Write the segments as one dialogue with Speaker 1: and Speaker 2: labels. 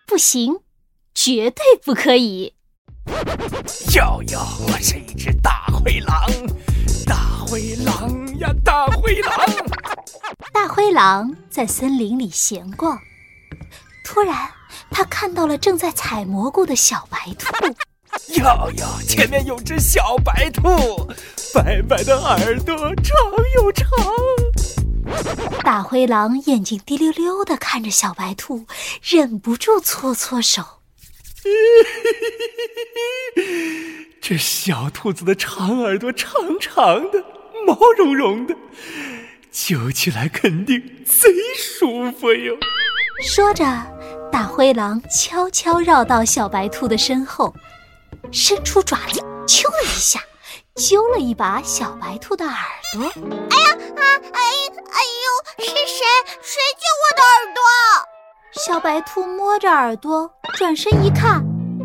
Speaker 1: 不行，绝对不可以。
Speaker 2: 哟哟，我是一只大灰狼，大灰狼呀，大灰狼！
Speaker 1: 大灰狼在森林里闲逛，突然他看到了正在采蘑菇的小白兔。
Speaker 2: 哟哟，前面有只小白兔，白白的耳朵，长又长。
Speaker 1: 大灰狼眼睛滴溜溜地看着小白兔，忍不住搓搓手。
Speaker 2: 这小兔子的长耳朵长长的，毛茸茸的，揪起来肯定贼舒服哟。
Speaker 1: 说着，大灰狼悄悄绕到小白兔的身后，伸出爪子，啾了一下，揪了一把小白兔的耳朵。
Speaker 3: 哎呦，是谁？谁揪我的耳朵？
Speaker 1: 小白兔摸着耳朵，转身一看，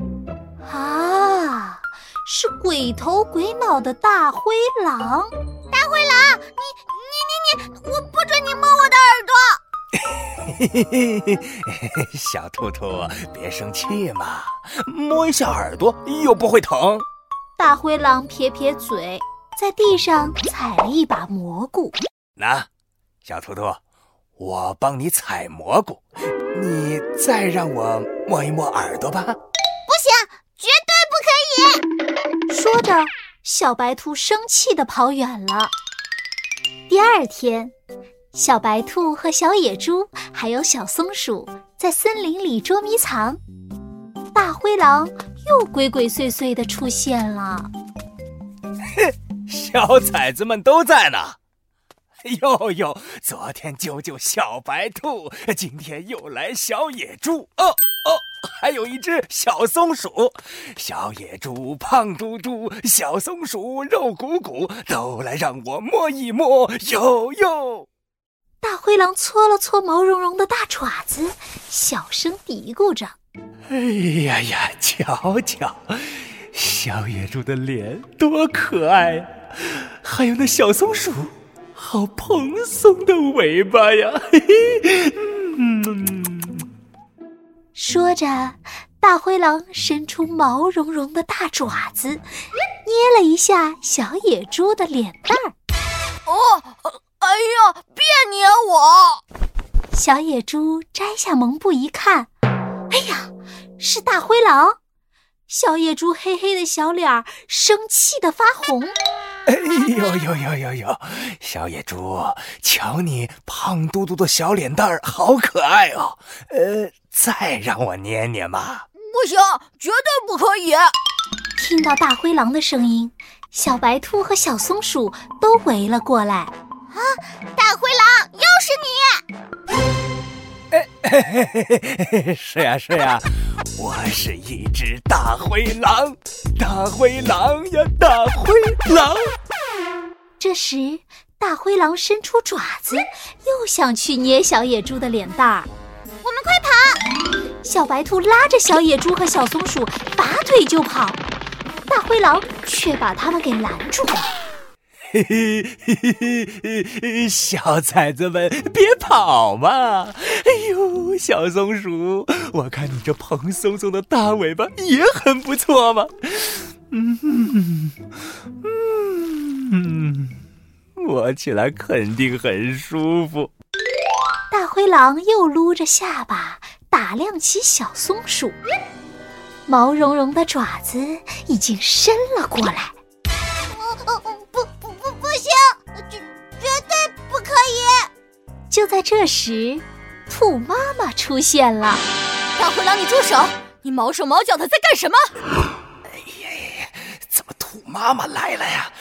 Speaker 1: 啊，是鬼头鬼脑的大灰狼。
Speaker 3: 大灰狼，你，我不准你摸我的耳朵！
Speaker 2: 小兔兔，别生气嘛，摸一下耳朵又不会疼。
Speaker 1: 大灰狼撇撇嘴，在地上采了一把蘑菇。
Speaker 2: 那，小兔兔，我帮你采蘑菇，你再让我摸一摸耳朵吧。
Speaker 3: 不行，绝对不可以！
Speaker 1: 说着，小白兔生气地跑远了。第二天，小白兔和小野猪还有小松鼠在森林里捉迷藏，大灰狼又鬼鬼祟祟地出现了。
Speaker 2: 小崽子们都在呢。哟哟，昨天救小白兔，今天又来小野猪，还有一只小松鼠。小野猪胖嘟嘟，小松鼠肉鼓鼓，都来让我摸一摸。哟哟！
Speaker 1: 大灰狼搓了搓毛茸茸的大爪子，小声嘀咕着：
Speaker 2: 哎呀呀，瞧瞧，小野猪的脸多可爱呀！还有那小松鼠，好蓬松的尾巴呀！嘿嘿，
Speaker 1: 说着，大灰狼伸出毛茸茸的大爪子，捏了一下小野猪的脸蛋儿。
Speaker 3: 哎呀，别捏我！
Speaker 1: 小野猪摘下蒙布一看，哎呀，是大灰狼！小野猪黑黑的小脸儿生气地发红。
Speaker 2: 哎呦，小野猪，瞧你胖嘟嘟的小脸蛋儿，好可爱哦。再让我捏捏嘛。
Speaker 3: 不行，绝对不可以！
Speaker 1: 听到大灰狼的声音，小白兔和小松鼠都围了过来。
Speaker 3: 大灰狼，又是你！
Speaker 2: 是呀，我是一只大灰狼，大灰狼呀，大灰狼！
Speaker 1: 这时，大灰狼伸出爪子，又想去捏小野猪的脸蛋儿。
Speaker 3: 我们快跑！
Speaker 1: 小白兔拉着小野猪和小松鼠拔腿就跑，大灰狼却把他们给拦住了。
Speaker 2: 小崽子们，别跑嘛！哎呦，小松鼠，我看你这蓬松松的大尾巴也很不错嘛。摸起来肯定很舒服。
Speaker 1: 大灰狼又撸着下巴打量起小松鼠，毛茸茸的爪子已经伸了过来。
Speaker 3: 不行，绝对不可以！
Speaker 1: 就在这时，兔妈妈出现了。
Speaker 3: 大灰狼，你住手！你毛手毛脚的在干什么？
Speaker 2: 哎呀，怎么兔妈妈来了呀？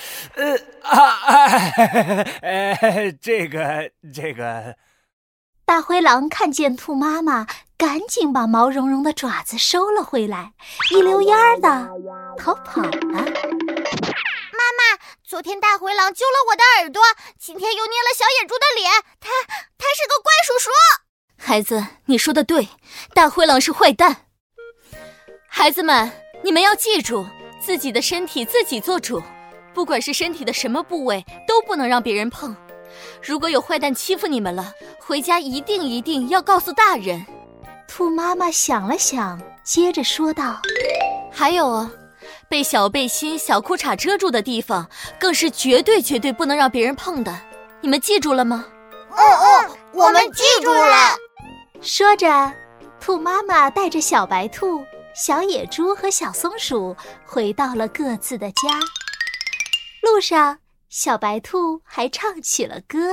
Speaker 2: 这个。
Speaker 1: 大灰狼看见兔妈妈，赶紧把毛茸茸的爪子收了回来，一溜烟儿的逃跑了。
Speaker 3: 妈妈，昨天大灰狼揪了我的耳朵，今天又捏了小野猪的脸，他是个怪叔叔。
Speaker 4: 孩子，你说的对，大灰狼是坏蛋。孩子们，你们要记住，自己的身体自己做主，不管是身体的什么部位，都不能让别人碰。如果有坏蛋欺负你们了，回家一定要告诉大人。
Speaker 1: 兔妈妈想了想，接着说道：
Speaker 4: 还有啊，被小背心、小裤衩遮住的地方，更是绝对不能让别人碰的。你们记住了吗？
Speaker 3: 我们记住了。
Speaker 1: 说着，兔妈妈带着小白兔、小野猪和小松鼠回到了各自的家。路上，小白兔还唱起了歌。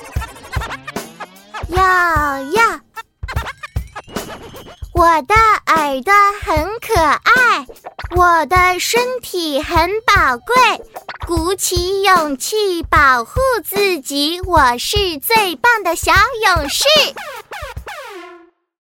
Speaker 3: 呀呀，我的耳朵很可爱，我的身体很宝贵，鼓起勇气保护自己，我是最棒的小勇士。